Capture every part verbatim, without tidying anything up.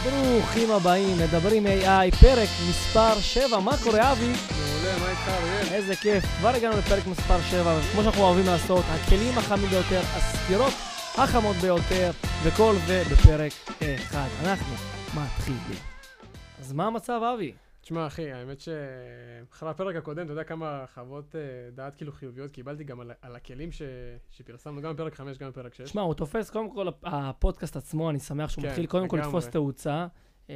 ברוכים הבאים, מדברים איי איי, פרק מספר שבע. מה קורה, אבי? מעולה, מה איתך, אריאל? איזה כיף, כבר הגענו לפרק מספר שבע, וכמו שאנחנו אוהבים לעשות, הכלים החמים ביותר, הסתירות החמות ביותר, וכל זה בפרק אחד. אנחנו מתחילים. אז מה המצב, אבי? תשמע, אחי, האמת שאחרי הפרק הקודם, אתה יודע כמה חוות דעת כאילו חיוביות קיבלתי גם על, על הכלים ש... שפרסמנו, גם בפרק חמש, גם בפרק שש. תשמע, הוא תופס, קודם כל, הפודקאסט עצמו, אני שמח שהוא כן, מתחיל קודם כל לגמרי. לתפוס תאוצה,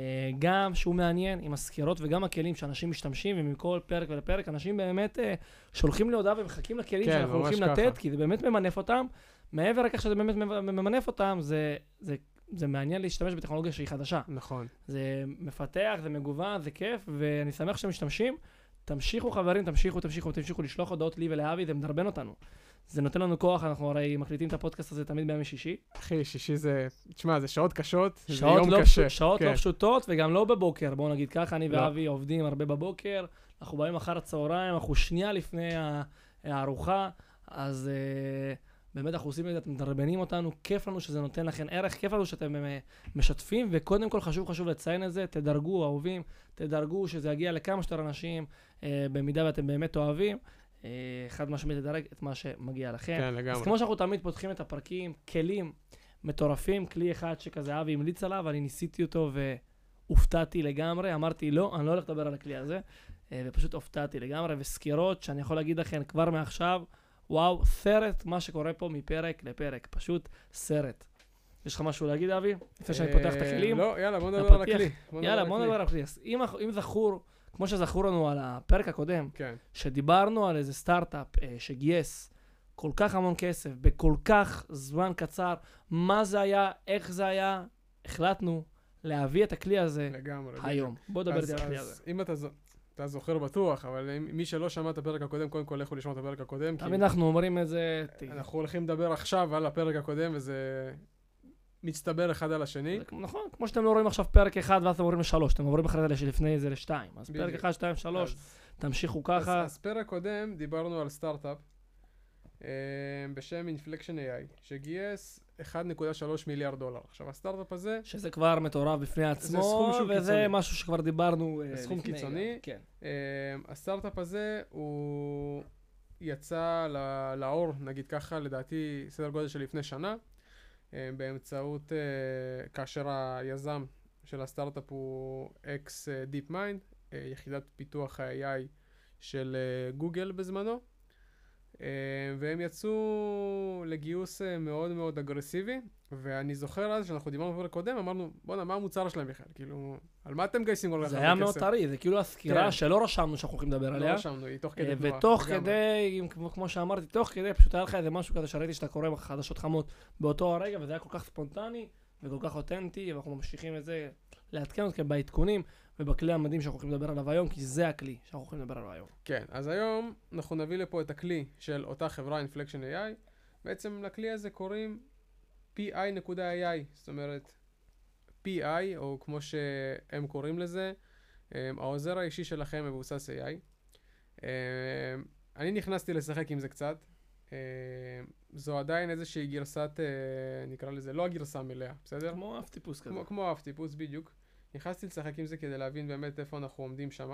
גם שהוא מעניין עם הסקירות וגם הכלים שאנשים משתמשים, ומכל פרק ולפרק, אנשים באמת שולחים לי הודעה ומחכים לכלים כן, שאנחנו הולכים ככה. לתת, כי זה באמת ממנף אותם. מעבר לכך שזה באמת ממנף אותם, זה, זה, זה מעניין להשתמש בטכנולוגיה שהיא חדשה. נכון. זה מפתח, זה מגוון, זה כיף, ואני שמח שאתם משתמשים. תמשיכו חברים, תמשיכו, תמשיכו, תמשיכו לשלוח הודעות לי ולאבי, זה מדרבן אותנו. זה נותן לנו כוח, אנחנו הרי מקליטים את הפודקאסט הזה תמיד בימי שישי. אחי, שישי זה, תשמע, זה שעות קשות, זה שעות יום לא, קשה. שעות כן. לא פשוטות, וגם לא בבוקר. בואו נגיד ככה, אני לא. ואבי עובדים הרבה בבוקר, אנחנו באים אחר הצהריים, אנחנו שנייה לפני הארוחה, אז uh, באמת אנחנו עושים את זה, אתם מדרבנים אותנו, כיף לנו שזה נותן לכם ערך, כיף לנו שאתם משתפים, וקודם כל חשוב חשוב לציין את זה, תדרגו, אהובים, תדרגו שזה יגיע לכמה שיותר אנשים, uh, במידה ואתם באמת אוהבים, uh, חד משמעית תדרג את מה שמגיע לכם. כן, לגמרי. אז כמו שאנחנו תמיד פותחים את הפרקים, כלים מטורפים, כלי אחד שכזה אבי המליץ עליו, אני ניסיתי אותו והופתעתי לגמרי, אמרתי לא, אני לא הולך לדבר על הכלי הזה, ופשוט הופתעתי לגמרי, וסקירות שאני יכול להגיד לכם כבר מעכשיו, וואו, סרט, מה שקורה פה מפרק לפרק, פשוט סרט. יש לך משהו להגיד, אבי? לפני שאני פותח את הכלים? לא, יאללה, בוא נדבר על הפתיח. הכלי. יאללה, בוא נדבר על הכלי. אז אם, אם זכור, כמו שזכור לנו על הפרק הקודם, כן. שדיברנו על איזה סטארט-אפ אה, שגייס כל כך המון כסף, בכל כך זמן קצר, מה זה היה, איך זה היה, החלטנו להביא את הכלי הזה לגמרי. היום. בוא נדבר איתי על הכלי הזה. אז אם אתה, אתה זוכר בטוח, אבל מי שלא שמע את הפרק הקודם, קודם כל לכו לשמוע את הפרק הקודם. תמיד אנחנו אומרים את זה. אנחנו הולכים לדבר עכשיו על הפרק הקודם, וזה מצטבר אחד על השני. נכון, כמו שאתם לא רואים עכשיו פרק אחד, ואז אתם עוברים לשלוש, אתם עוברים אחרי זה שלפני זה לשתיים. אז פרק אחד, שתיים, שלוש, תמשיכו ככה. אז פרק קודם דיברנו על סטארט-אפ, בשם Inflection איי איי, שגייס אחד נקודה שלוש מיליארד דולר. עכשיו, הסטארט-אפ הזה... שזה כבר מטורף בפני עצמו, סכום שהוא וזה קיצוני. משהו שכבר דיברנו לפני. סכום קיצוני. כן. הסטארט-אפ הזה הוא יצא לאור, נגיד ככה, לדעתי סדר גודל של לפני שנה, באמצעות, כאשר היזם של הסטארט-אפ הוא אקס דיפ מיינד, יחידת פיתוח ה-איי איי של גוגל בזמנו, והם יצאו לגיוס מאוד מאוד אגרסיבי, ואני זוכר אז שאנחנו דיברנו בפרק קודם, אמרנו, בוא'נה, מה המוצר שלהם בכלל? כאילו, על מה אתם גייסים כל כך זה הרבה היה כסף? מאוד טרי, זה כאילו הסקירה כן. שלא רשמנו שאנחנו הולכים לדבר עליה. לא רשמנו, היא תוך כדי תנועה. ותוך לגמרי. כדי, כמו, כמו שאמרתי, תוך כדי פשוט היה לך איזה משהו כזה שראיתי שאתה קורא חדשות חמות באותו הרגע, וזה היה כל כך ספונטני וכל כך אותנטי, ואנחנו ממשיכים את זה לעדכן אתכם בעדכונים ובכלי המדהים שאנחנו הולכים לדבר עליו היום, כי זה הכלי שאנחנו הולכים לדבר עליו היום. כן, אז היום אנחנו נביא לפה את הכלי של אותה חברה Inflection איי איי. בעצם לכלי הזה קוראים פי איי נקודה איי איי, זאת אומרת פי איי, או כמו שהם קוראים לזה, העוזר האישי שלכם מבוסס איי איי. אני נכנסתי לשחק עם זה קצת. זו עדיין איזושהי גרסת, נקרא לזה, לא הגרסה המלאה, בסדר? כמו אף טיפוס כזה. כמו, כמו אף טיפוס, בדיוק. נכנסתי לשחק עם זה כדי להבין באמת איפה אנחנו עומדים שמה.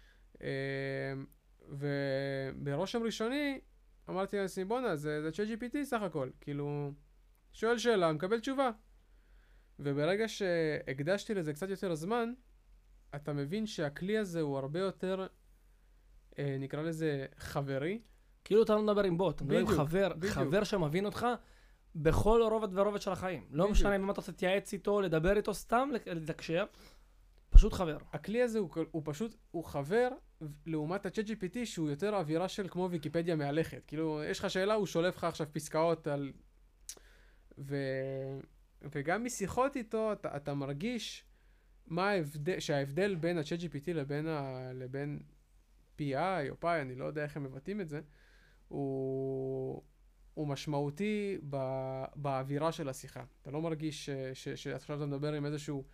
וברושם ראשוני אמרתי לעצמי, בונה, זה, זה צ'אט ג'י פי טי סך הכל. כאילו, שואל שאלה, מקבל תשובה. וברגע שהקדשתי לזה קצת יותר זמן, אתה מבין שהכלי הזה הוא הרבה יותר, אה, נקרא לזה, חברי. כאילו אתה לא מדבר עם בוט, אתה מדבר עם בדיוק, חבר, בדיוק. חבר שמבין אותך בכל רובד ורובד של החיים. לא בדיוק. משנה אם אתה רוצה להתייעץ איתו, לדבר איתו, סתם לתקשר, פשוט חבר. הכלי הזה הוא, הוא פשוט, הוא חבר לעומת ה-צ'אט ג'י פי טי שהוא יותר אווירה של כמו ויקיפדיה מהלכת. כאילו, יש לך שאלה, הוא שולף לך עכשיו פסקאות על... ו... וגם משיחות איתו, אתה, אתה מרגיש מה ההבדל, שההבדל בין ה-צ'אט ג'י פי טי לבין, ה... לבין פי איי או פאי, אני לא יודע איך הם מבטאים את זה, הוא, הוא משמעותי ב... באווירה של השיחה. אתה לא מרגיש ש... ש... שעכשיו אתה מדבר עם איזשהו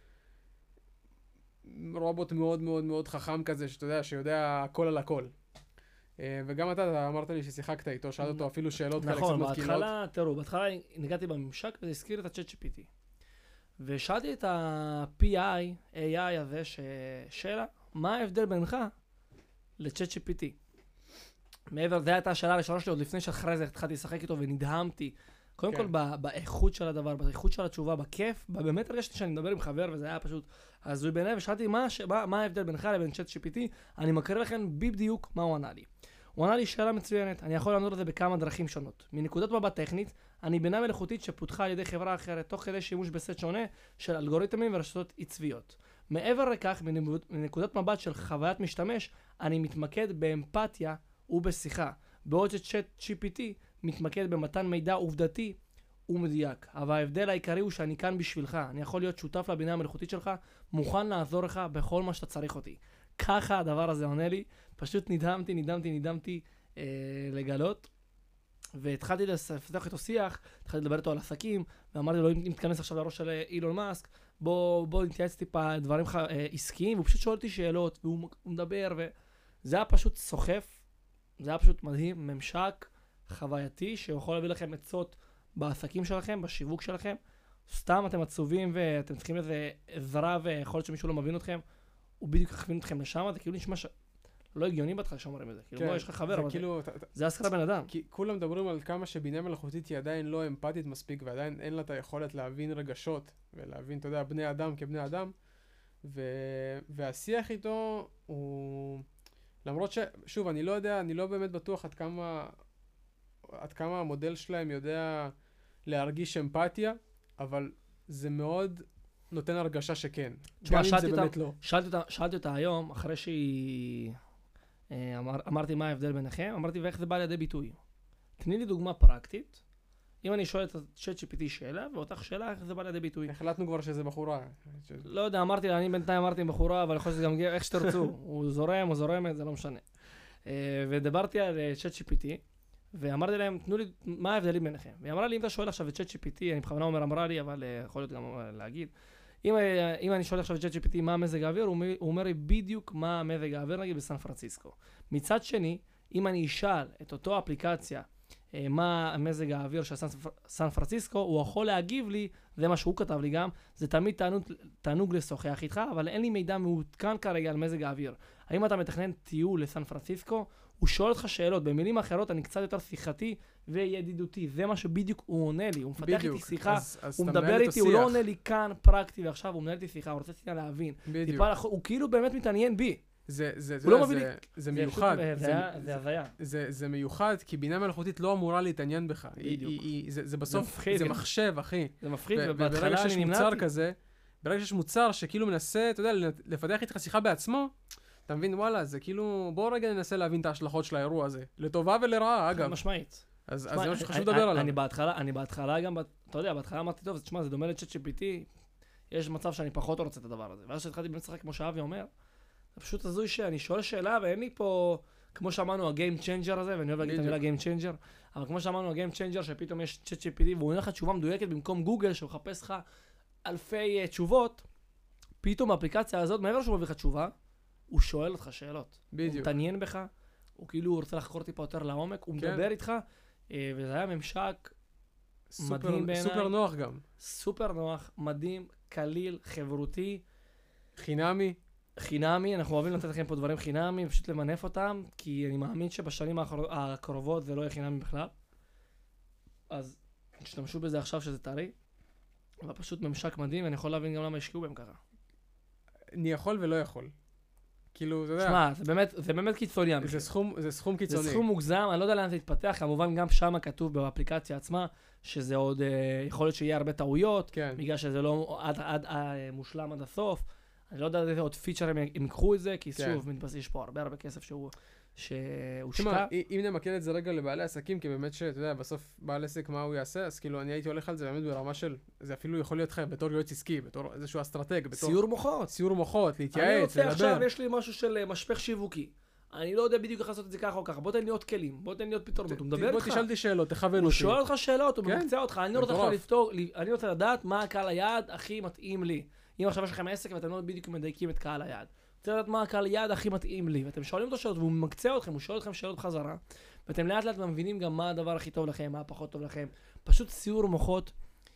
רובוט מאוד מאוד מאוד חכם כזה, שאתה יודע, שיודע הכל על הכל. וגם אתה, אתה אמרת לי ששיחקת איתו, שאלת אותו אפילו שאלות כאלה קצת נכון, מתקילות. בהתחלה, תראו, בהתחלה ניגעתי בממשק וזה הזכיר את ה-צ'אט ג'י פי טי. ושאלתי את ה-פי איי, איי איי הזה, ששאלה, מה ההבדל בינך ל-צ'אט ג'י פי טי? מעבר, זו הייתה השאלה הראשונה שלי, עוד לפני שאחרי זה התחלתי לשחק איתו ונדהמתי. קודם כל, באיכות של הדבר, באיכות של התשובה, בכיף, באמת הרגשתי שאני מדבר עם חבר, וזה היה פשוט הזוי בעיניי, ושאלתי מה ההבדל בינך לבין צ'אט ג'י פי טי, אני מקריא לכם בדיוק מה הוא ענה לי. הוא ענה לי שאלה מצוינת, אני יכול לענות על זה בכמה דרכים שונות. מנקודת מבט טכנית, אני בינה מלאכותית שפותחה על ידי חברה אחרת, תוך כדי שימוש בסט שונה של אלגוריתמים ורשתות עצביות. מעבר לכך, מנקודת מבט של חוויית משתמש, אני מתמקד באמפתיה ובשיחה, בעוד שצ'אט ג'י פי טי מתמקד במתן מידע עובדתי ומדויק. אבל ההבדל העיקרי הוא שאני כאן בשבילך, אני יכול להיות שותף לבינה המלאכותית שלך, מוכן לעזור לך בכל מה שאתה צריך אותי. ככה הדבר הזה עונה לי, פשוט נדהמתי, נדהמתי, נדהמתי אה, לגלות, והתחלתי לפתח איתו שיח, התחלתי לדבר איתו על עסקים, ואמרתי לו, אם תתכנס עכשיו לראש של אילון מאסק, בוא, בוא נתייעץ טיפה דברים אה, עסקיים, והוא פשוט שואל אותי שאלות, והוא מדבר, וזה היה פשוט סוחף, זה היה פשוט מדהים, ממשק חווייתי, שיכול להביא לכם עצות בעסקים שלכם, בשיווק שלכם, סתם אתם עצובים ואתם צריכים איזה עזרה, ויכול להיות שמישהו לא מבין אתכם, הוא בדיוק הכווין אתכם לשם, זה כאילו נשמע ש... לא הגיוני בהתחלה שאומרים את זה. כאילו, בוא, יש לך חבר, אבל זה השכרה בן אדם. כי כולם מדברים על כמה שבינה מלאכותית היא עדיין לא אמפתית מספיק, ועדיין אין לה את היכולת להבין רגשות, ולהבין, אתה יודע, בני אדם כבני אדם, והשיח איתו הוא... למרות ש... שוב, אני לא יודע, אני לא באמת בטוח עד כמה... עד כמה המודל שלהם יודע להרגיש אמפתיה, אבל זה מאוד... נותן הרגשה שכן. גם אם זה באמת לא. שאלתי אותה היום, אחרי שהיא... אמרתי מה ההבדל ביניכם, אמרתי ואיך זה בא לידי ביטוי. תני לי דוגמה פרקטית, אם אני שואל את צ'אט ג'י פי טי שאלה, ואותך שאלה איך זה בא לידי ביטוי. החלטנו כבר שזה בחורה. לא יודע, אמרתי, אני בינתיים אמרתי בחורה, אבל יכול להיות שזה גם איך שתרצו. הוא זורם, הוא זורמת, זה לא משנה. ודיברתי על צ'אט ג'י פי טי, ואמרתי להם, תנו לי, מה ההבדלים ביניכם? והיא אמרה לי, אם אתה שואל עכשיו את צ'אט ג'י פי טי, אני בכוונה אומר, אמרה לי, אבל יכול להיות גם להגיד, אם, אם אני שואל עכשיו את צ'אט ג'י פי טי מה מזג האוויר, הוא אומר לי בדיוק מה מזג האוויר, נגיד, בסן פרנסיסקו. מצד שני, אם אני אשאל את אותו אפליקציה, מה מזג האוויר של סן פרנסיסקו, הוא יכול להגיב לי, זה מה שהוא כתב לי גם, זה תמיד תענוג, תענוג לשוחח איתך, אבל אין לי מידע מעודכן כרגע על מזג האוויר. האם אתה מתכנן טיול לסן פרנסיסקו? הוא שואל אותך שאלות, במילים אחרות אני קצת יותר שיחתי וידידותי, זה מה שבדיוק הוא עונה לי, הוא מפתח איתי שיחה, אז, אז הוא מדבר איתי, הוא לא עונה לי כאן פרקטי, ועכשיו הוא מנהל איתי שיחה, הוא רוצה טיפה להבין, טיפה, הוא כאילו באמת מתעניין בי. זה, זה, הוא לא מביא לי... זה מיוחד. זה הזיה. זה מיוחד, כי בינה מלאכותית לא אמורה להתעניין בך. זה בסוף, זה מחשב, אחי. זה מפחיד, ובהתחלה אני נמנעתי. ברגע שיש מוצר שכאילו מנסה, אתה יודע, לפתח איתך שיחה בעצמו, אתה מבין, וואלה, זה כאילו, בוא רגע ננסה להבין את ההשלכות של האירוע הזה. לטובה ולרעה, אגב. משמעית. אז זה מה שחשוב לדבר עליו. אני בהתחלה גם, אתה יודע, בהתחלה אמרתי, טוב, תשמע, זה דומה לצ'אט ג'י פי טי, יש מצב שאני פחות רוצה את הדבר הזה. ואז שהתחלתי באמת לשחק כמו שאבי אומר, זה פשוט הזוי שאני שואל שאלה, ואין לי פה, כמו שאמרנו, ה-game changer הזה, ואני אוהב להגיד את המילה game changer, אבל כמו שאמרנו, ה-game changer, שפתאום יש צ'אט ג'י פי טי, והוא עונה לך תשובה מדויקת במקום גוגל, שהוא מחפש לך אלפי תשובות, פתאום האפליקציה הזאת, מעבר שהוא מביא לך תשובה, הוא שואל אותך שאלות. בדיוק. הוא מתעניין בך, הוא כאילו רוצה לחקור טיפה יותר לעומק, הוא כן. מדבר איתך, וזה היה ממשק סופר, מדהים בעיניי. סופר נוח גם. סופר נוח, מדהים, קליל, חברותי. חינמי. חינמי, אנחנו אוהבים לתת לכם פה דברים חינמי, פשוט למנף אותם, כי אני מאמין שבשנים הקרובות זה לא יהיה חינמי בכלל. אז תשתמשו בזה עכשיו שזה טרי, אבל פשוט ממשק מדהים, ואני יכול להבין גם למה השקיעו בהם ככה. אני יכול ולא יכול. כאילו, אתה יודע... שמע, זה באמת, זה באמת קיצוני. זה סכום, זה סכום קיצוני. זה סכום מוגזם, אני לא יודע לאן זה יתפתח, כמובן גם שם כתוב באפליקציה עצמה, שזה עוד, יכול להיות שיהיה הרבה טעויות, כן. בגלל שזה לא עד, עד, עד, מושלם עד הסוף. אני לא יודע איזה עוד פיצ'רים הם יקחו את זה, כי כן. שוב, יש פה הרבה הרבה כסף שהוא, שהוא שקע. אם נמקד את זה רגע לבעלי עסקים, כי באמת שאתה יודע, בסוף בעל עסק מה הוא יעשה, אז כאילו אני הייתי הולך על זה באמת ברמה של, זה אפילו יכול להיות לך בתור יועץ עסקי, בתור איזשהו אסטרטג, בתור... סיור מוחות. סיור מוחות, להתייעץ, לדבר. אני רוצה עכשיו, יש לי משהו של משפך שיווקי. אני לא יודע בדיוק איך לעשות את זה ככה או ככה. בוא תן לי עוד כלים, בוא תן לי עוד פתרונות. הוא מדבר איתך. בוא תשאל אותי שאלות, תכוון אותי. הוא שואל אותך שאלות, הוא מקצה אותך. אני רוצה עכשיו לפתור, אני רוצה לדעת מה הקהל היעד הכי מתאים לי. אם עכשיו יש לכם עסק ואתם לא בדיוק מדייקים את קהל היעד. רוצה לדעת מה הקהל היעד הכי מתאים לי. ואתם שואלים אותו שאלות והוא מקצה אתכם, הוא שואל אתכם שאלות בחזרה. ואתם לאט לאט מבינים גם מה הדבר הכי טוב לכם, מה פחות טוב לכם. פשוט סיור מוחות.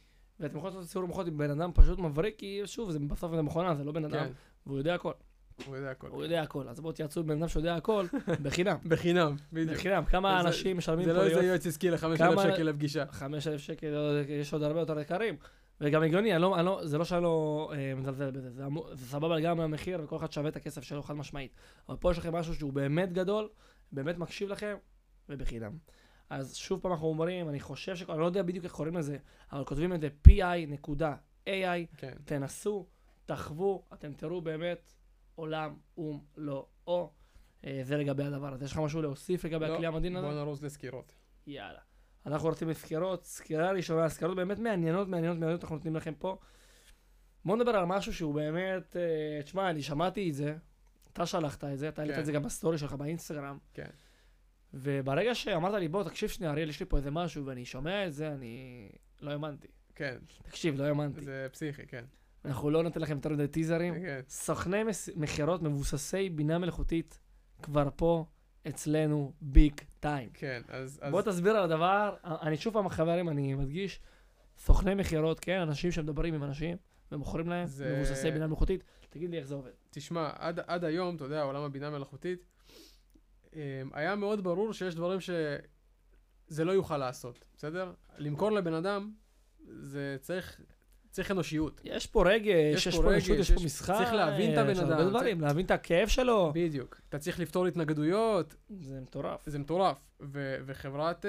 ואתם יכולים לעשות סיור מוחות עם בן אדם פשוט מבריק, כי שוב, זה בסוף זה מכונה, זה לא בן אדם, כן. והוא יודע הכל. הוא יודע הכל. הוא יודע הכל, אז בואו תייצאו את בן אדם שיודע הכל, בחינם. בחינם, בדיוק. בחינם, כמה זה- אנשים משלמים זה פה לא איזה להיות יועץ עסקי ל-חמשת אלפים כמה- שקל לפגישה. חמשת אלפים שקל, יש עוד הרבה יותר יקרים. וגם הגיוני, אני לא, אני לא, זה לא שאני לא אה, מזלזל בזה, זה, אמור- זה סבבה גם מהמחיר, וכל אחד שווה את הכסף שלו חד משמעית. אבל פה יש לכם משהו שהוא באמת גדול, באמת מקשיב לכם, ובחינם. אז שוב פעם אנחנו אומרים, אני חושב ש... אני לא יודע בדיוק איך קוראים לזה, אבל כותבים את זה פי איי נקודה איי איי, כן. תנסו, תחוו, אתם תראו באמת עולם ומלואו. אה, זה לגבי הדבר הזה. יש לך משהו להוסיף לגבי לא, הכלי המדהים הזה? בוא נרוז לסקירות. יאללה. אנחנו רוצים לסקירות, סקירה ראשונה, סקירות באמת מעניינות, מעניינות, מעניינות, אנחנו נותנים לכם פה. בואו נדבר על משהו שהוא באמת, אה, תשמע, אני שמעתי את זה, אתה שלחת את זה, אתה העלית כן. את זה גם בסטורי שלך באינסטגרם, כן. וברגע שאמרת לי, בוא, תקשיב שנייה, אריאל, יש לי פה איזה משהו, ואני שומע את זה, אני לא האמנתי. כן. תקשיב, לא האמנתי. זה פסיכי, כן. אנחנו לא ניתן לכם יותר מדי טיזרים. כן. סוכני מס- מכירות מבוססי בינה מלאכותית, כבר פה, אצלנו, ביג טיים. כן, אז... אז- בוא תסביר על הדבר, אני שוב פעם חברים, אני מדגיש, סוכני מכירות, כן, אנשים שמדברים עם אנשים ומוכרים להם, זה- מבוססי בינה מלאכותית, תגיד לי איך זה עובד. תשמע, עד, עד היום, אתה יודע, עולם הבינה המלאכותית, אמ, היה מאוד ברור שיש דברים שזה לא יוכל לעשות, בסדר? למכור לבן אדם, זה צריך, צריך אנושיות. יש פה רגש, יש פה רגש, רשות, יש פה יש- משחק, צריך להבין את הבן יש הרבה אדם, דברים, להבין את הכאב שלו, בדיוק. אתה צריך לפתור התנגדויות, זה מטורף. זה מטורף. ו- וחברת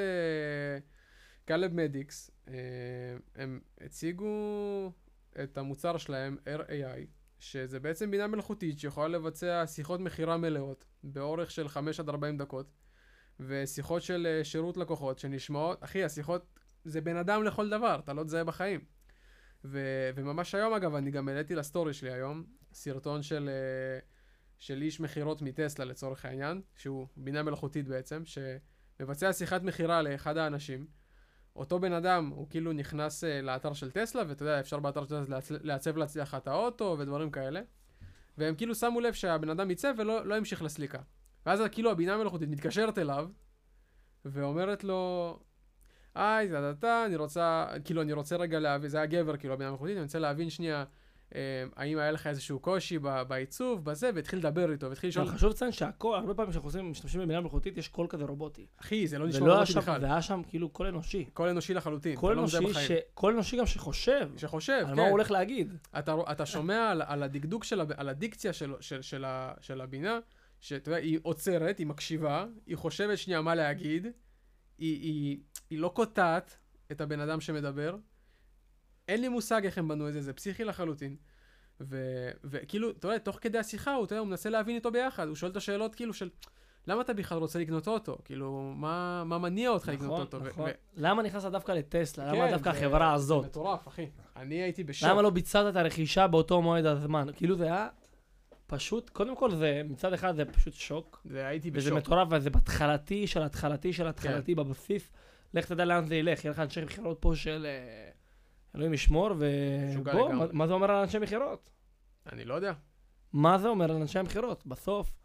קלב מדיקס, הם הציגו את המוצר שלהם, אר איי איי, שזה בעצם בינה מלאכותית שיכולה לבצע שיחות מכירה מלאות, באורך של חמש עד ארבעים דקות, ושיחות של אה, שירות לקוחות שנשמעות, אחי, השיחות זה בן אדם לכל דבר, אתה לא תזהה בחיים. ו- וממש היום, אגב, אני גם העליתי לסטורי שלי היום, סרטון של, אה, של איש מכירות מטסלה לצורך העניין, שהוא בינה מלאכותית בעצם, שמבצע שיחת מכירה לאחד האנשים. אותו בן אדם, הוא כאילו נכנס uh, לאתר של טסלה, ואתה יודע, אפשר באתר של טסלה לעצ- לעצב להצליח את האוטו ודברים כאלה. והם כאילו שמו לב שהבן אדם ייצב ולא לא המשיך לסליקה. ואז כאילו הבינה המלאכותית מתקשרת אליו, ואומרת לו, היי, זה אתה, אני רוצה, כאילו אני רוצה רגע להבין, זה היה גבר, כאילו הבינה המלאכותית, אני רוצה להבין שנייה, אה, האם היה לך איזשהו קושי ב- בעיצוב, בזה, והתחיל לדבר איתו, והתחיל לשאול, חשוב לציין שהכל, הרבה פעמים שאנחנו עושים, משתמשים בבינה מלאכותית, יש קול כזה רובוטי. אחי, זה לא נשמע ולא היה רובוטי שם, בכלל. והיה שם כאילו קול אנושי. קול אנושי לחלוטין. קול אתה לא מזהה אנושי, בחיים. ש- קול אנושי גם שחושב, שחושב, על כן. מה הוא הולך להגיד. אתה, אתה שומע על, על הדקדוק של, ה- על הדיקציה של, של, של, ה- של הבינה, שאתה יודע, היא עוצרת, היא מקשיבה, היא חושבת שנייה מה להגיד, היא, היא, היא לא קוטעת את הבן אדם שמדבר. אין לי מושג איך הם בנו את זה, זה פסיכי לחלוטין. ו- וכאילו, אתה יודע, תוך כדי השיחה, הוא, אתה יודע, הוא מנסה להבין איתו ביחד, הוא שואל את השאלות כאילו של, למה אתה בכלל רוצה לקנות אוטו? כאילו, מה, מה מניע אותך לקנות נכון, אוטו? ו- נכון. ו- למה נכנסת דווקא לטסלה? למה כן, דווקא זה- החברה הזאת? זה מטורף, אחי. אני הייתי בשוק. למה לא ביצעת את הרכישה באותו מועד הזמן? כאילו זה היה פשוט, קודם כל זה, מצד אחד זה פשוט שוק, זה הייתי וזה בשוק. מטורף, וזה בהתחלתי של התחלתי של התחלתי בבסיס. לך תדע לאן זה ילך, יהיה לך אנשי מכירות פה של אה, אלוהים ישמור, משוגע ובוא, לגמרי. מה- מה זה אומר על אנשי מכירות? אני לא יודע. מה זה אומר על אנשי המכירות? בסוף,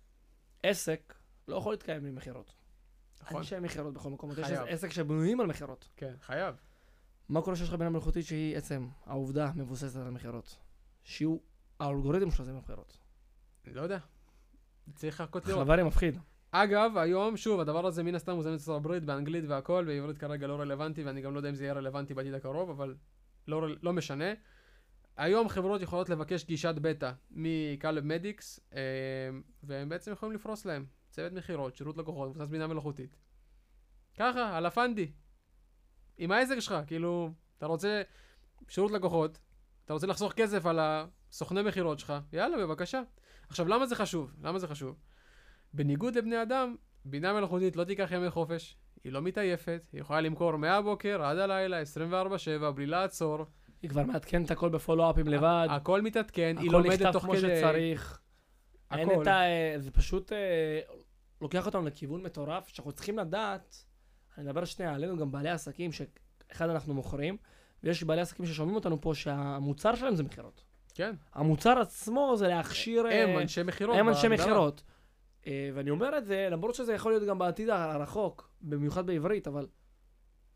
עסק לא יכול להתקיים בלי מכירות. נכון? אנשי מכירות בכל מקום, יש חייב. עסק שבנויים על מכירות. כן, חייב. מה קורה שיש לך בינה מלאכותית שהיא עצם העובדה מבוססת על מכירות? שיהיו האלגוריתם שלו זה מכירות. אני לא יודע. צריך לחכות לראות. חברים, מפחיד. אגב, היום, שוב, הדבר הזה מן הסתם הוא זמן ארצות הברית, באנגלית והכל, בעברית כרגע לא רלוונטי, ואני גם לא יודע אם זה יהיה רלוונטי בעתיד הקרוב, אבל לא, רל- לא משנה. היום חברות יכולות לבקש גישת בטא מקלב מדיקס, אה, והם בעצם יכולים לפרוס להם. צוות מכירות, שירות לקוחות, מבוסס בינה מלאכותית. ככה, על הפנדי. עם העסק שלך, כאילו, אתה רוצה שירות לקוחות, אתה רוצה לחסוך כסף על הסוכני מכירות שלך, יאללה, בבקשה. עכשיו, למה זה חשוב? למה זה חשוב? בניגוד לבני אדם, בינה מלאכותית לא תיקח ימי חופש, היא לא מתעייפת, היא יכולה למכור מהבוקר עד הלילה, עשרים וארבע שבע, בלי לעצור. היא כבר מעדכנת הכל בפולו-אפים לבד. הכל מתעדכן, היא הכל לומדת נכתב תוך כמו כדי... שצריך. אין הכל. את ה... זה פשוט אה, לוקח אותנו לכיוון מטורף, שאנחנו צריכים לדעת, אני מדבר שנייה עלינו גם בעלי עסקים, שאחד אנחנו מוכרים, ויש בעלי עסקים ששומעים אותנו פה שהמוצר שלהם זה מכירות. כן. המוצר עצמו זה להכשיר... אה, הם אנשי מכירות. הם אנשי בהגדרה. מכירות. אה, ואני אומר את זה, למרות שזה יכול להיות גם בעתיד הרחוק, במיוחד בעברית, אבל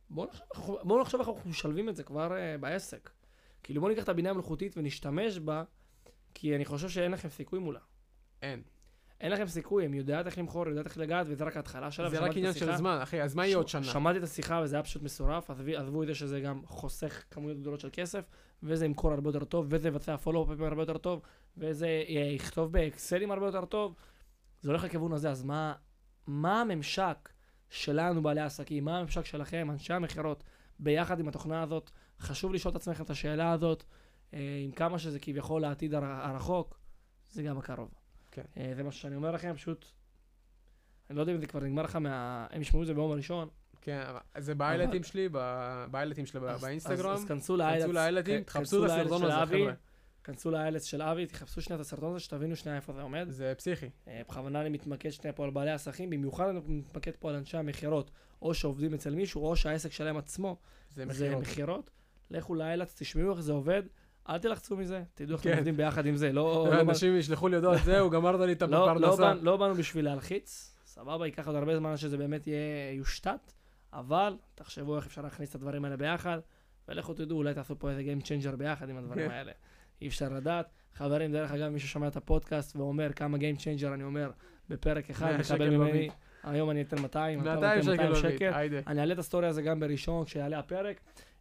בואו נחשוב, בוא נחשוב איך אנחנו משלבים את זה כבר uh, בעסק. כאילו בואו ניקח את הבינה המלאכותית ונשתמש בה, כי אני חושב שאין לכם סיכוי מולה. אין. אין לכם סיכוי, הם יודעת איך למכור, יודעת איך לגעת, וזה רק ההתחלה שלה. זה רק עניין של זמן, אחי, אז מה יהיה עוד שנה? שמעתי את השיחה וזה היה פשוט מסורף, עזבו את זה שזה גם חוסך כמויות גדולות של כסף, וזה ימכור הרבה יותר טוב, וזה יבצע פולו-אפים הרבה יותר טוב, וזה יכתוב באקסלים הרבה יותר טוב. זה הולך לכיוון הזה, אז מה, מה הממשק שלנו בעלי העסקים, מה הממשק שלכם, אנשי המחירות, ביחד עם התוכנה הזאת? חשוב לשאול את עצמכם את השאלה הזאת, עם כמה שזה כביכול לעתיד הרחוק, זה גם הקרוב. כן. זה מה שאני אומר לכם, פשוט, אני לא יודע אם זה כבר נגמר לך מה... הם ישמעו את זה ביום הראשון. כן, זה באיילטים שלי, באיילטים שלי באינסטגרם. אז כנסו לאיילטים, תחפשו את הסרטון הזה, חבר'ה. כנסו לאיילט של אבי, תחפשו שנייה את הסרטון הזה, שתבינו שנייה איפה זה עומד. זה פסיכי. בכוונה אני מתמקד שנייה פה על בעלי העסקים, במיוחד אני מתמקד פה על אנשי המחירות, או שעובדים אצל מישהו, או שהעסק שלהם עצמו זה מחירות. לכו לאיילט, תשמעו איך זה עובד. אל תלחצו מזה, תדעו איך אתם עובדים ביחד עם זה. אנשים ישלחו לי הודעות, זהו, גמרת לי את הפרנסה. לא באנו בשביל להלחיץ, סבבה, ייקח עוד הרבה זמן שזה באמת יושתת, אבל תחשבו איך אפשר להכניס את הדברים האלה ביחד, ולכו תדעו, אולי תעשו פה איזה Game Changer ביחד עם הדברים האלה. אי אפשר לדעת. חברים, דרך אגב, מי ששומע את הפודקאסט ואומר כמה Game Changer אני אומר בפרק אחד, מקבל ממני, היום אני אתן מאתיים, מאתיים שקל. אני אעלה את הסטוריה הזה גם בראשון, כשיעלה הפרק,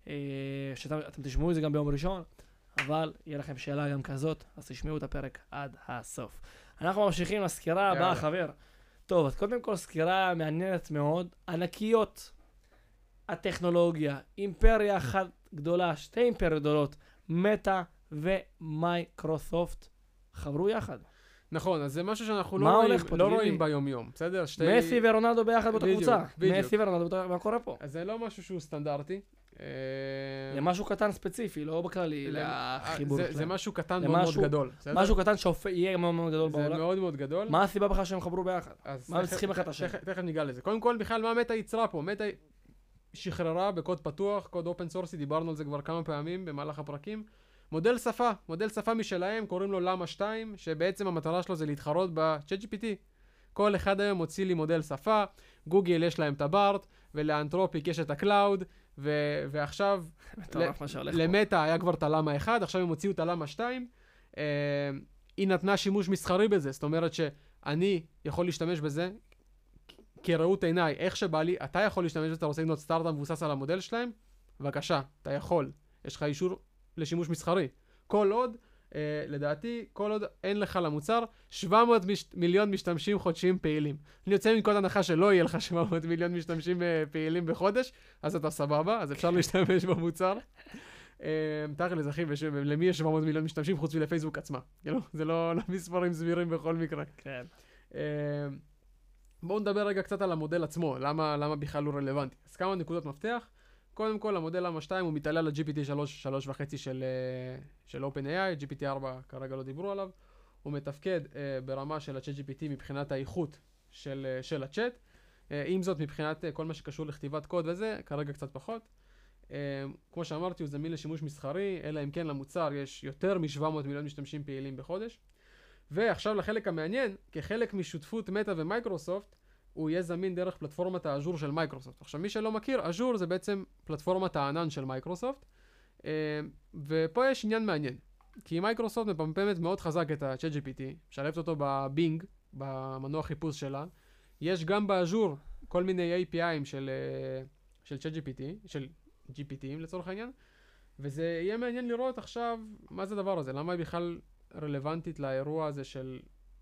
שאתם תשמעו את זה גם ביום ראשון. אבל יהיה לכם שאלה גם כזאת, אז תשמעו את הפרק עד הסוף. אנחנו ממשיכים לסקירה הבאה, חבר. טוב, אז קודם כל סקירה מעניינת מאוד, ענקיות הטכנולוגיה, אימפריה אחת גדולה, שתי אימפריות גדולות, מטא ומייקרוסופט, חברו יחד. נכון, אז זה משהו שאנחנו לא רואים, לא רואים ביום יום, בסדר? שתי... מסי ורונלדו ביחד באותה קבוצה. מסי ורונלדו, מה קורה פה? אז זה לא משהו שהוא סטנדרטי. זה משהו קטן ספציפי, לא בכללי, לחיבור שלהם. זה משהו קטן מאוד מאוד גדול. משהו קטן שיהיה מאוד מאוד גדול בעולם. זה מאוד מאוד גדול. מה הסיבה בכלל שהם חברו ביחד? מה הם צריכים אחד את השם? תכף ניגע לזה. קודם כל, בכלל, מה מטא יצרה פה? מטא שחררה בקוד פתוח, קוד אופן סורסי, דיברנו על זה כבר כמה פעמים במהלך הפרקים. מודל שפה, מודל שפה משלהם, קוראים לו למה שתיים, שבעצם המטרה שלו זה להתחרות ב-צ'אט ג'י פי טי. כל אחד היום מוציא לי מודל שפה, גוגל יש להם את הברט, ולאנתרופיק יש את הקלאוד, ו- ועכשיו למטה היה כבר את הלמה אחד, עכשיו הם הוציאו את הלמה שתיים, אה, היא נתנה שימוש מסחרי בזה, זאת אומרת שאני יכול להשתמש בזה, כראות עיניי, איך שבא לי, אתה יכול להשתמש בזה, אתה רוצה לקנות סטארט-אפ מבוסס על המודל שלהם, בבקשה, אתה יכול, יש לך אישור לשימוש מסחרי. כל עוד, אה, לדעתי, כל עוד אין לך למוצר, שבע מאות מש... מיליון משתמשים חודשיים פעילים. אני יוצא מנקודת הנחה שלא יהיה לך שבע מאות מיליון משתמשים אה, פעילים בחודש, אז אתה סבבה, אז אפשר להשתמש במוצר. אה, תכל'ס, אחי, וש... למי יש שבע מאות מיליון משתמשים חוץ מלפייסבוק עצמה? כאילו, זה לא, לא מספרים סבירים בכל מקרה. כן. אה, בואו נדבר רגע קצת על המודל עצמו, למה, למה בכלל הוא רלוונטי. אז כמה נקודות מפתח. קודם כל, המודל למה שתיים הוא מתעלה ל-ג'י פי טי שלוש, שלוש וחצי של, של OpenAI, ג'י פי טי ארבע כרגע לא דיברו עליו. הוא מתפקד uh, ברמה של ה-צ'אט ג'י פי טי מבחינת האיכות של, uh, של הצ'אט. Uh, עם זאת, מבחינת uh, כל מה שקשור לכתיבת קוד וזה, כרגע קצת פחות. Uh, כמו שאמרתי, הוא זמין לשימוש מסחרי, אלא אם כן למוצר יש יותר מ-שבע מאות מיליון משתמשים פעילים בחודש. ועכשיו לחלק המעניין, כחלק משותפות מטא ומייקרוסופט, הוא יהיה זמין דרך פלטפורמת האז'ור של מייקרוסופט. עכשיו, מי שלא מכיר, אז'ור זה בעצם פלטפורמת הענן של מייקרוסופט, ופה יש עניין מעניין, כי מייקרוסופט מפמפמת מאוד חזק את ה-צ'אט ג'י פי טי, משלבת אותו בבינג, במנוע חיפוש שלה, יש גם באז'ור כל מיני איי פי אי'ים של, של צ'אט ג'י פי טי, של ג'י פי טי'ים לצורך העניין, וזה יהיה מעניין לראות עכשיו מה זה הדבר הזה, למה היא בכלל רלוונטית לאירוע הזה של...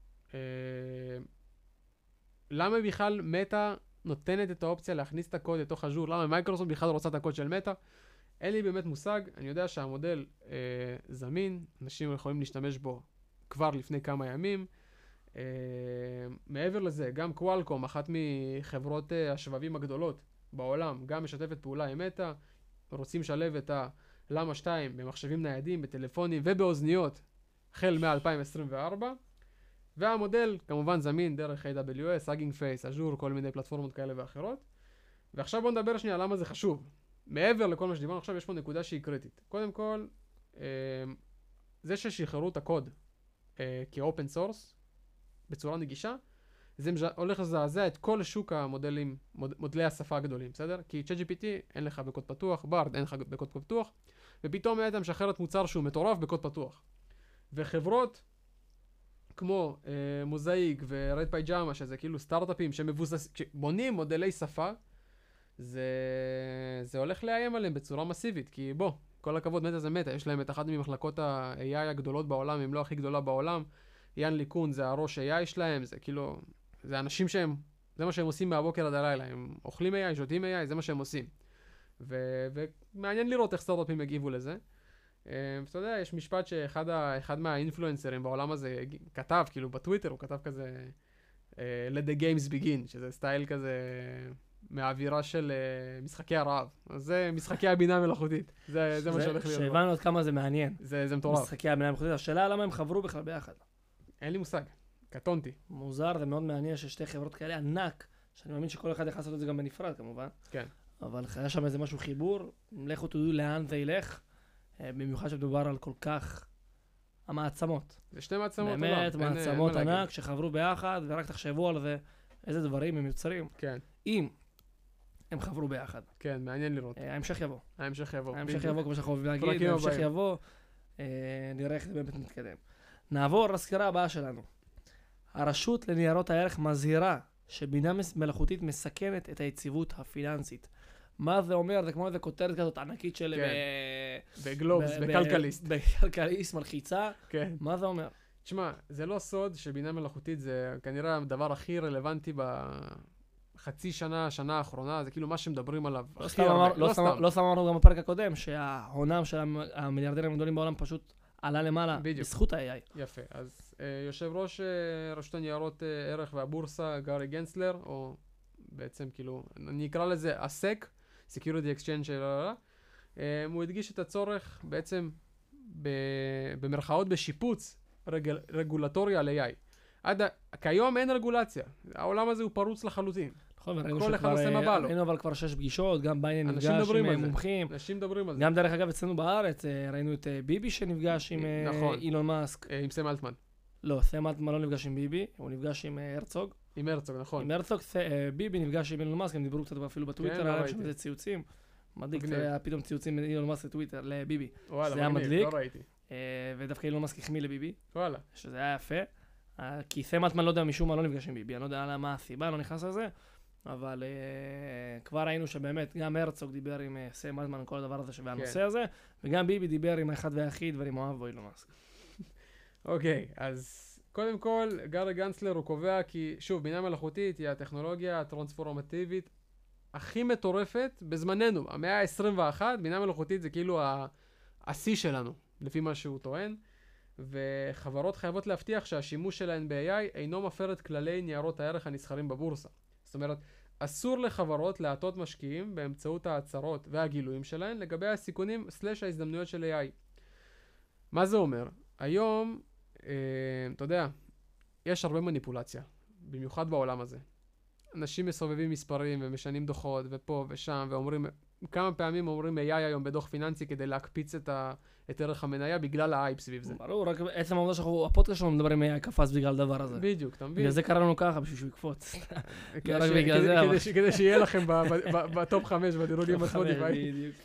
למה בכלל מטא נותנת את האופציה להכניס את הקוד לתוך אז'ור? למה מייקרוסופט בכלל רוצה את הקוד של מטא? אין לי באמת מושג, אני יודע שהמודל אה, זמין, אנשים יכולים להשתמש בו כבר לפני כמה ימים. אה, מעבר לזה, גם קוואלקום, אחת מחברות אה, השבבים הגדולות בעולם, גם משתפת פעולה עם מטא, רוצים לשלב את הלמה שתיים במחשבים ניידים, בטלפונים ובאוזניות, החל מ-אלפיים עשרים וארבע. והמודל כמובן זמין דרך איי דאבליו אס, Hugging Face, אז'ור, כל מיני פלטפורמות כאלה ואחרות. ועכשיו בואו נדבר שנייה למה זה חשוב. מעבר לכל מה שדיברנו עכשיו, יש פה נקודה שהיא קריטית. קודם כל, זה ששחררו את הקוד כאופן סורס בצורה נגישה, זה מז- הולך לזעזע את כל שוק המודלים, מוד, מודלי השפה הגדולים, בסדר? כי ChatGPT אין לך בקוד פתוח, בארד אין לך בקוד פתוח, ופתאום אתה משחררת מוצר שהוא מטורף בקוד פתוח. וחברות כמו אה, מוזאיק ורד פייג'אמה, שזה כאילו סטארט-אפים שמבוסס, כשבונים מודלי שפה, זה, זה הולך לאיים עליהם בצורה מסיבית, כי בוא, כל הכבוד, מטה זה מטה, יש להם את אחת ממחלקות ה-איי איי הגדולות בעולם, אם לא הכי גדולה בעולם, יאן ליקון זה הראש איי איי שלהם, זה כאילו, זה אנשים שהם, זה מה שהם עושים מהבוקר עד הלילה, הם אוכלים איי איי, שותים איי איי, זה מה שהם עושים. ו- ומעניין לראות איך סטארט-אפים יגיבו לזה. ואתה יודע, יש משפט שאחד ה- אחד מהאינפלואנסרים בעולם הזה כתב, כאילו בטוויטר, הוא כתב כזה, let the games begin, שזה סטייל כזה מהאווירה של uh, משחקי הרעב. אז זה משחקי הבינה המלאכותית. זה, זה מה שהולך להיות. שהבנו עד כמה זה מעניין. זה, זה מטורף. משחקי הבינה המלאכותית. השאלה למה הם חברו בכלל ביחד. אין לי מושג. קטונתי. מוזר, זה מאוד מעניין ששתי חברות כאלה ענק, שאני מאמין שכל אחד יכול לעשות את זה גם בנפרד כמובן. כן. אבל היה שם איזה משהו חיבור, לכו תדעו לאן זה ילך, במיוחד שמדובר על כל כך המעצמות. זה שתי מעצמות עולם. באמת מעצמות ענק שחברו ביחד, ורק תחשבו על זה, איזה דברים הם יוצרים. כן. אם הם חברו ביחד. כן, מעניין לראות. ההמשך יבוא. ההמשך יבוא. ההמשך יבוא, כמו שאנחנו אוהבים להגיד, ההמשך יבוא, נראה איך זה באמת מתקדם. נעבור לסקירה הבאה שלנו. הרשות לניירות הערך מזהירה שבינה מלאכותית מסכנת את היציבות הפיננסית. מה זה אומר? זה כמו איזה כותרת כזאת ענקית של... בגלובס, בכלכליסט. בכלכליסט, מלחיצה. כן. מה זה אומר? תשמע, זה לא סוד שבינה מלאכותית זה כנראה הדבר הכי רלוונטי בחצי שנה, השנה האחרונה, זה כאילו מה שמדברים עליו הכי הרבה. לא סתם אמרנו גם בפרק הקודם, שההונם של המיליארדרים הגדולים בעולם פשוט עלה למעלה בזכות ה-איי איי. יפה. אז יושב ראש רשות הניירות ערך והבורסה, גארי גנסלר, או בעצם כאילו, אני אקרא לזה הסק, Security Exchange של הלאה, הוא הדגיש את הצורך בעצם במרכאות בשיפוץ רגל, רגולטורי על איי איי. עד כיום אין רגולציה. העולם הזה הוא פרוץ לחלוטין. נכון, כל אחד עושה מה בא לו. ראינו אבל כבר שש פגישות, גם ביינן נפגש עם מומחים. אנשים מדברים על זה. גם דרך אגב אצלנו בארץ, ראינו את ביבי שנפגש עם אילון מאסק. עם סם אלטמן. לא, סם אלטמן לא נפגש עם ביבי, הוא נפגש עם הרצוג. עם הרצוג, נכון. עם הרצוג, ביבי נפגש עם אילון מאסק, הם דיברו קצת אפילו בטוויטר, היה להם שם איזה ציוצים. מדליק, היה פתאום ציוצים מאילון מאסק לטוויטר, לביבי. וואלה, זה היה מדליק. לא ראיתי. ודווקא אילון מאסק החמיא לביבי. וואלה. שזה היה יפה. כי סם אלטמן לא יודע משום מה לא נפגש עם ביבי, אני לא יודע מה הסיבה, לא נכנס לזה, אבל כבר ראינו שבאמת גם הרצוג דיבר עם סם אלטמן על כל הדבר הזה והנושא הזה, וגם ביבי דיבר עם האחד והיחיד ועם אוהב או אילון מאסק. אוקיי, אז קודם כל, גארי גנסלר הוא קובע כי, שוב, בינה מלאכותית היא הטכנולוגיה הטרנספורמטיבית הכי מטורפת בזמננו. המאה ה-עשרים ואחת, בינה מלאכותית זה כאילו השיא שלנו, לפי מה שהוא טוען, וחברות חייבות להבטיח שהשימוש שלהן ב-איי איי אינו מפר את כללי ניירות הערך הנסחרים בבורסה. זאת אומרת, אסור לחברות להטות משקיעים באמצעות ההצהרות והגילויים שלהן לגבי הסיכונים סלש ההזדמנויות של איי איי. מה זה אומר? היום, אה, אתה יודע, יש הרבה מניפולציה, במיוחד בעולם הזה. אנשים מסובבים מספרים ומשנים דוחות ופה ושם ואומרים, כמה פעמים אומרים איי איי היום בדוח פיננסי כדי להקפיץ את, ה, את ערך המניה בגלל האייפ סביב זה. ברור, רק עצם העובדה שאנחנו, הפודקאסט שלנו מדברים איי איי קפץ בגלל הדבר הזה. בדיוק, אתה מבין? בגלל זה קרה לנו ככה, בשביל שהוא יקפוץ. לא רק בגלל זה, אבל... כדי שיהיה לכם בטופ חמש, בדירוגים בספוטיפיי. בדיוק.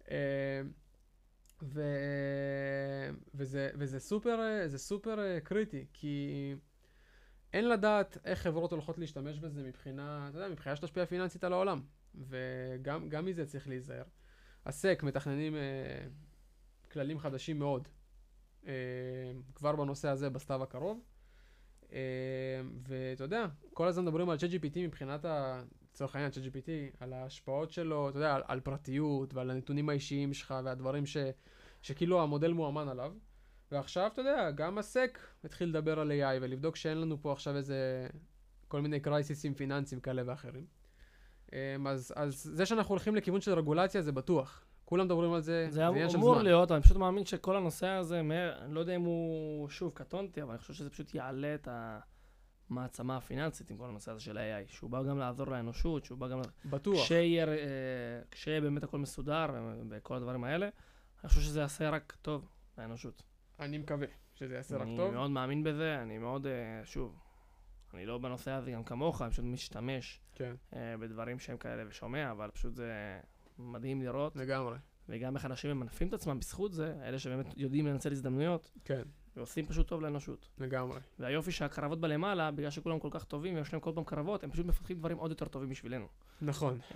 וזה סופר, זה סופר קריטי, כי אין לדעת איך חברות הולכות להשתמש בזה מבחינה, אתה יודע, מבחינה שתשפיע פיננסית על העולם. וגם גם מזה צריך להיזהר. הסק מתכננים אה, כללים חדשים מאוד אה, כבר בנושא הזה בסתיו הקרוב. אה, ואתה יודע, כל הזמן מדברים על ChatGPT מבחינת הצורך העניין ChatGPT, על ההשפעות שלו, אתה יודע, על, על פרטיות ועל הנתונים האישיים שלך והדברים ש, שכאילו המודל מואמן עליו. ועכשיו, אתה יודע, גם הסק התחיל לדבר על איי איי ולבדוק שאין לנו פה עכשיו איזה כל מיני קרייסיסים פיננסיים כאלה ואחרים. אז, אז זה שאנחנו הולכים לכיוון של רגולציה זה בטוח. כולם מדברים על זה, זה אמור להיות, אני פשוט מאמין שכל הנושא הזה, אני לא יודע אם הוא שוב קטונתי, אבל אני חושב שזה פשוט יעלה את המעצמה הפיננסית עם כל הנושא הזה של איי איי, שהוא בא גם לעזור לאנושות, שהוא בא גם... בטוח. כשיהיה, כשיהיה באמת הכל מסודר וכל הדברים האלה, אני חושב שזה יעשה רק טוב לאנושות. אני מקווה שזה יעשה רק טוב. אני מאוד מאמין בזה, אני מאוד, שוב, אני לא בנושא הזה גם כמוך, אני פשוט משתמש כן. אה, בדברים שהם כאלה ושומע, אבל פשוט זה מדהים לראות. לגמרי. וגם איך אנשים ממנפים את עצמם בזכות זה, אלה שבאמת יודעים לנצל הזדמנויות, כן. ועושים פשוט טוב לאנושות. לגמרי. והיופי שהקרבות בלמעלה, בגלל שכולם כל כך טובים, ויש להם כל פעם קרבות, הם פשוט מפתחים דברים עוד יותר טובים בשבילנו. נכון. אה,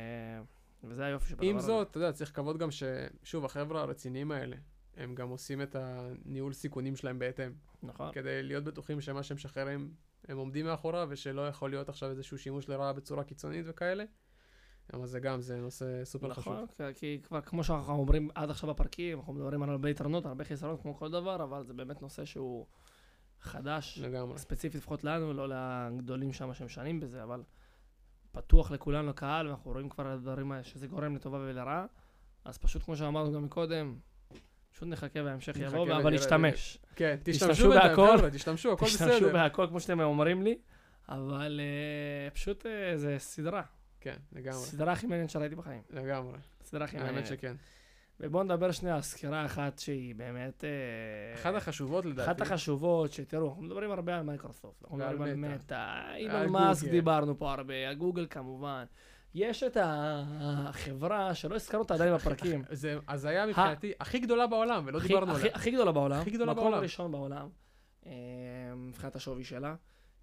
וזה היופי שבדבר הזה. עם זאת, אתה יודע, צריך לקוות גם ששוב, החבר'ה הרציניים האלה, הם גם עושים את הניהול סיכונים שלהם בהתאם. נכון. כדי להיות בטוחים שמה שהם משחררים, הם עומדים מאחורה, ושלא יכול להיות עכשיו איזשהו שימוש לרעה בצורה קיצונית וכאלה. אבל זה גם, זה נושא סופר חשוב. נכון, כי- כי כבר כמו שאנחנו אומרים עד עכשיו בפרקים, אנחנו מדברים על הרבה יתרונות, הרבה חיסרונות כמו כל דבר, אבל זה באמת נושא שהוא חדש, לגמרי. ספציפית לפחות לנו, לא לגדולים שם שהם שנים בזה, אבל פתוח לכולנו, לקהל, ואנחנו רואים כבר על הדברים האלה שזה גורם לטובה ולרעה, אז פשוט כמו שאמרנו גם מקודם, פשוט נחכה וההמשך נחכה יבוא, ונראה, אבל נשתמש. כן, תשתמשו תשתמשו בינתיים, בהכל. חבר'ה, תשתמשו, הכל תשתמשו בסדר. בהכל כמו שאתם אומרים לי, אבל אה, פשוט אה, זה סדרה. כן, לגמרי. סדרה הכי מעניינת שראיתי בחיים. לגמרי. סדרה הכי האמת מעניינת. שכן. ובואו נדבר שנייה על סקירה אחת שהיא באמת... אה, אחת החשובות לדעתי. אחת החשובות שתראו, אנחנו מדברים הרבה על מייקרוסופט, אנחנו ועל מדברים על מטא. מטא, על אילון מאסק גוגל. דיברנו פה הרבה, על גוגל כמובן. יש את החברה שלא הזכרנו אותה עדיין בפרקים. זה הזיה מבחינתי הכי גדולה בעולם, ולא דיברנו הכי- עליה. הכי גדולה בעולם. הכי גדולה מקום בעולם. הראשון בעולם, אה, מבחינת השווי שלה,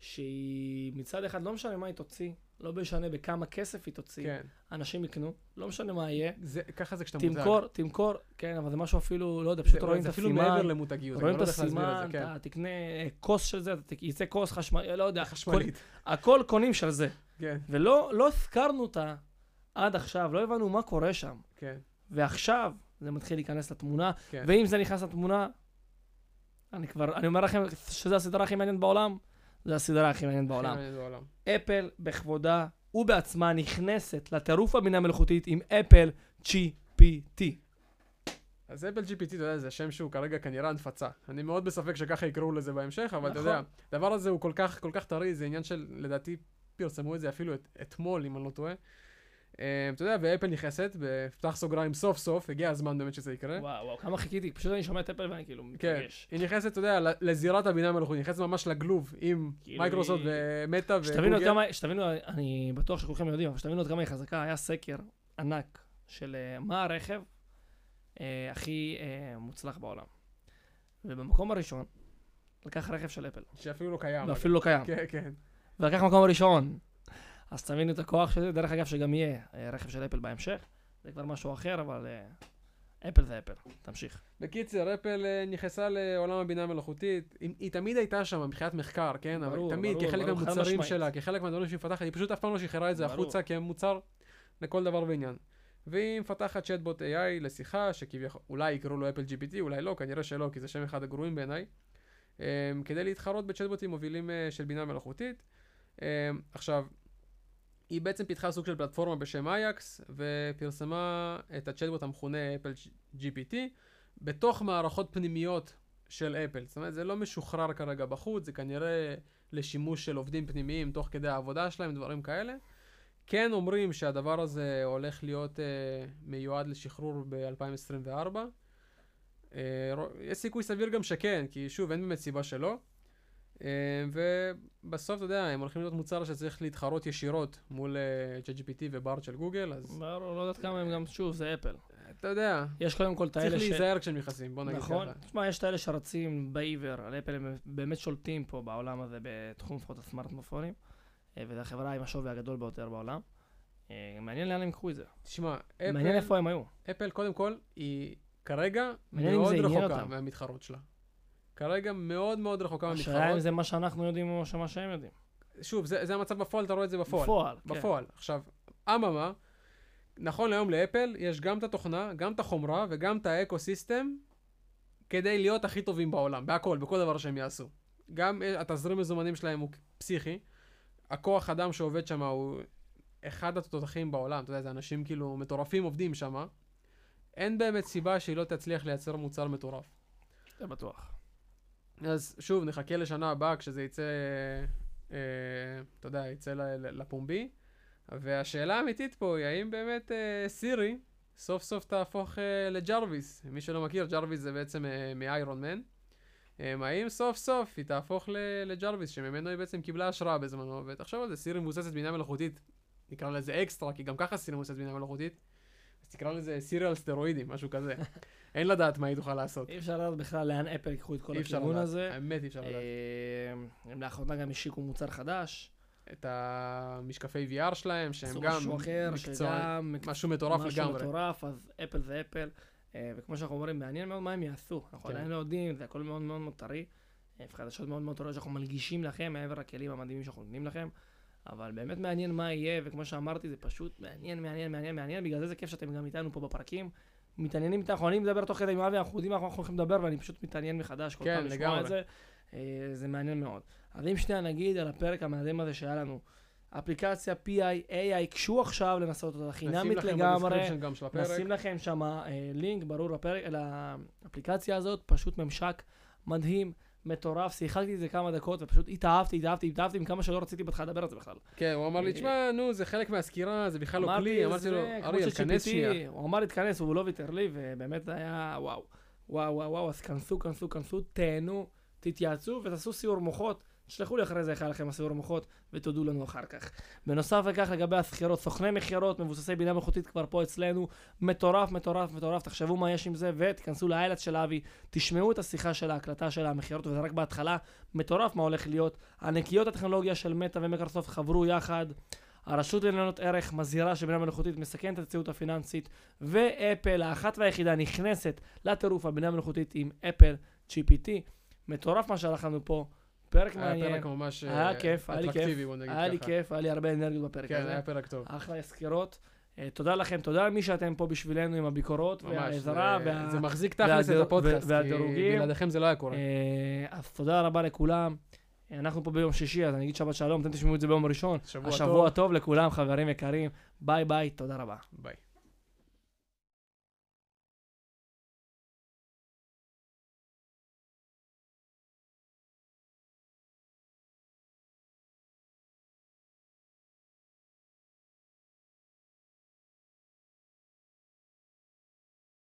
שהיא מצד אחד לא משנה מה היא תוציא, לא משנה בכמה כסף היא תוציא, כן. אנשים יקנו, לא משנה מה יהיה. זה- ככה זה כשאתה מותג. תמכור, תמכור, כן, אבל זה משהו אפילו, לא יודע, פשוט זה- רואים את זה אפילו הסימן. מעבר למותגיות. אני רואים לא את יודע איך להסביר הסימן, את זה, כן. אתה תקנה כוס של זה, אתה ת- יצא כוס חשמלי, לא יודע, חשמלית. כל- הכל קונים של זה. כן, ולא לא הזכרנו אותה עד עכשיו, לא הבנו מה קורה שם. כן, ועכשיו זה מתחיל להיכנס לתמונה, כן. ואם זה נכנס לתמונה, אני כבר, אני אומר לכם שזו הסדרה הכי מעניינת בעולם, זו הסדרה הכי מעניינת בעולם. הכי מעניין בעולם. אפל בכבודה ובעצמה נכנסת לטירוף הבינה מלאכותית עם אפל ג'י פי טי. אז אפל ג'י פי טי, אתה יודע, זה שם שהוא כרגע כנראה הנפצה. אני מאוד בספק שככה יקראו לזה בהמשך, אבל אתה יודע, נכון. הדבר הזה הוא כל כך, כל כך טרי, זה עניין של, לדעתי, פרסמו את זה אפילו את- אתמול, אם אני לא טועה. אה, אתה יודע, ואפל נכנסת, בפתח סוגריים סוף סוף, הגיע הזמן באמת שזה יקרה. וואו, וואו, כמה חיכיתי, פשוט אני שומע את אפל ואני כאילו כן, מתרגש. היא נכנסת, אתה יודע, לזירת הבינה המלאכותית, נכנסת ממש לגלוב עם כאילו מייקרוסופט היא- ומטא שתבינו עד וגוגל. כמה, שתבינו, אני בטוח שכולכם יודעים, אבל שתבינו עד כמה היא חזקה, היה סקר ענק של אה, מה הרכב אה, הכי אה, מוצלח בעולם. ובמקום הראשון, לקח רכב של אפל, שאפילו לא קיים. ואפילו לא קיים. כן, כן. ולקח מקום הראשון. אז תבינו את הכוח של זה, דרך אגב שגם יהיה אה, רכב של אפל בהמשך, זה כבר משהו אחר, אבל אה, אפל זה אפל, תמשיך. בקיצר, אפל אה, נכנסה לעולם הבינה המלאכותית, היא, היא תמיד הייתה שם מבחינת מחקר, כן? אבל ברור, תמיד, ברור, כחלק ברור, חד מהמוצרים משמעית. שלה, כחלק מהדברים שהיא מפתחת, היא פשוט אף פעם לא שחררה את זה ברור. החוצה כמוצר לכל דבר ועניין. והיא מפתחת צ'טבוט איי איי לשיחה, שכביכול, אולי יקראו לו אפל ג'י פי טי, אולי לא, כנראה שלא, כי זה שם אחד הגרועים בעיניי, um, כדי להתחרות בצ'טבוטים מובילים uh, של בינה מלאכותית. Um, עכשיו, היא בעצם פיתחה סוג של פלטפורמה בשם אייקס, ופרסמה את הצ'טבוט המכונה אפל ג'י פי טי, בתוך מערכות פנימיות של אפל. זאת אומרת, זה לא משוחרר כרגע בחוץ, זה כנראה לשימוש של עובדים פנימיים תוך כדי העבודה שלהם, דברים כאלה. כן אומרים שהדבר הזה הולך להיות אה, מיועד לשחרור ב-אלפיים עשרים וארבע. אה, יש סיכוי סביר גם שכן, כי שוב, אין באמת סיבה שלא. אה, ובסוף, אתה יודע, הם הולכים להיות מוצר שצריך להתחרות ישירות מול צ'אט ג'י פי טי וברט של גוגל, אז ברור, לא יודעת כמה הם גם, שוב, זה אפל. אתה יודע, יש קודם כל את צריך האלה ש... להיזהר כשהם נכנסים, בוא נגיד נכון. ככה. תשמע, יש את האלה שרצים בעיוור, על אפל הם באמת שולטים פה בעולם הזה בתחום לפחות הסמארטפונים, אה, וזו החברה עם השווי הגדול ביותר בעולם. אה, מעניין לאן הם יקחו את זה. תשמע, מעניין אפל, איפה הם היו. אפל קודם כל, היא כרגע מעניין אם מאוד זה עניין רחוקה אותם. מהמתחרות שלה. כרגע מאוד מאוד רחוקה השאלה אם מהמתחרות. זה מה שאנחנו יודעים או שמה שהם יודעים. שוב, זה, זה המצב בפועל, אתה רואה את זה בפועל. בפועל, כן. בפועל. עכשיו, אממה, נכון להיום לאפל יש גם את התוכנה, גם את החומרה וגם את האקו-סיסטם כדי להיות הכי טובים בעולם, בהכל, בכל דבר שהם יעשו. גם התזרים מזומנים שלהם הוא פסיכי, הכוח אדם שעובד שם הוא אחד התותחים בעולם, אתה יודע, זה אנשים כאילו מטורפים עובדים שם, אין באמת סיבה שהיא לא תצליח לייצר מוצר מטורף. זה בטוח. אז שוב, נחכה לשנה הבאה כשזה יצא, אה, אתה יודע, יצא ל- ל- לפומבי. והשאלה האמיתית פה היא, האם באמת אה, סירי סוף סוף תהפוך אה, לג'רוויס? מי שלא מכיר, ג'רוויס זה בעצם אה, מאיירון מן. אמ, האם סוף סוף היא תהפוך ל- לג'רוויס, שממנו היא בעצם קיבלה השראה בזמנו, ותחשוב על זה, סירי מבוססת בינה מלאכותית, נקרא לזה אקסטרה, כי גם ככה סירי מבוססת בינה מלאכותית, אז תקרא לזה סירי על סטרואידים, משהו כזה. אין לדעת מה היא תוכל לעשות. אי אפשר לדעת בכלל לאן אפל ייקחו את כל אי אפשר הכיוון לדעת, הזה. האמת אי אפשר לדעת. אה, הם לאחרונה גם השיקו מוצר חדש. את המשקפי וי אר שלהם, שהם עשו גם משהו אחר, מקצוענים, שגם מק- משהו מטורף משהו לגמרי. מטורף, אז אפל זה אפל. אה, וכמו שאנחנו אומרים, מעניין מאוד מה הם יעשו. אנחנו כן. עדיין לא יודעים, זה הכל מאוד מאוד מאוד טרי. אה, חדשות מאוד מאוד טובות שאנחנו מלגישים לכם, מעבר לכלים המדהימים שאנחנו נותנים לכם. אבל באמת מעניין מה יהיה, וכמו שאמרתי, זה פשוט מעניין, מעניין, מעניין, מעניין. בגלל זה זה כיף שאתם גם איתנו פה בפרקים. מתעניינים איתנו, אני מדבר תוך כדי עם אבי, אנחנו יודעים מה אנחנו הולכים לדבר, ואני פשוט מתעניין מחדש כל כן, פעם לשמוע לגמרי. את זה. אה, זה מעניין מאוד. אז אם שנייה נגיד על הפרק המדהים הזה שהיה לנו, אפליקציה פי איי, איי איי, קשו עכשיו לנסות אותה חינמית נשים לכם לגמרי. בדסקריפשן גם של הפרק. נשים לכם שם אה, לינק ברור לפרק, לאפליקציה הזאת, פשוט ממשק מדהים, מטורף, שיחקתי את זה כמה דקות ופשוט התאהבתי, התאהבתי, התאהבתי עם כמה שלא רציתי בהתחלה לדבר על זה בכלל. כן, הוא אמר לי, תשמע, נו, זה חלק מהסקירה, זה בכלל לא כלי. אמרתי לו, אריאל, כנס שנייה. הוא אמר להתכנס, הוא לא ויתר לי, ובאמת זה היה וואו. וואו, וואו, וואו, אז כנסו, כנסו, כנסו, תהנו, תתייעצו ותעשו סיור מוחות. תשלחו לי אחרי זה איך היה לכם הסיור מוחות, ותודו לנו אחר כך. בנוסף לכך, לגבי הסחירות, סוכני מחירות, מבוססי בינה מלאכותית כבר פה אצלנו, מטורף, מטורף, מטורף, תחשבו מה יש עם זה, ותכנסו לאיילת של אבי, תשמעו את השיחה של ההקלטה של המחירות, וזה רק בהתחלה, מטורף מה הולך להיות. ענקיות הטכנולוגיה של מטא ומיקרוסופט חברו יחד, הרשות לעליונות ערך מזהירה שבינה מלאכותית מסכנת את היציבות הפיננסית, ואפל, האחת והיחידה, נכנסת לטירוף הבינה מלאכותית עם אפל ג'י פי טי. מטורף מה שהלך לנו פה. פרק מעניין, היה פרק ממש היה כיף, היה לי אטרקטיבי, כיף, בוא נגיד היה לי ככה. כיף, היה לי הרבה אנרגיות בפרק כן, הזה. היה פרק טוב. אחלה סקירות. אה, תודה לכם, תודה למי שאתם פה בשבילנו עם הביקורות ממש, והעזרה. זה- וה- זה מחזיק תכלס והדירוג- את הפודקאסט, כי והדירוגים. בלעדיכם זה לא היה קורה. אה, אז תודה רבה לכולם. אה, אנחנו פה ביום שישי, אז אני אגיד שבת שלום, אתם תשמעו את זה ביום ראשון. שבוע השבוע טוב. טוב לכולם, חברים יקרים. ביי ביי, תודה רבה. ביי.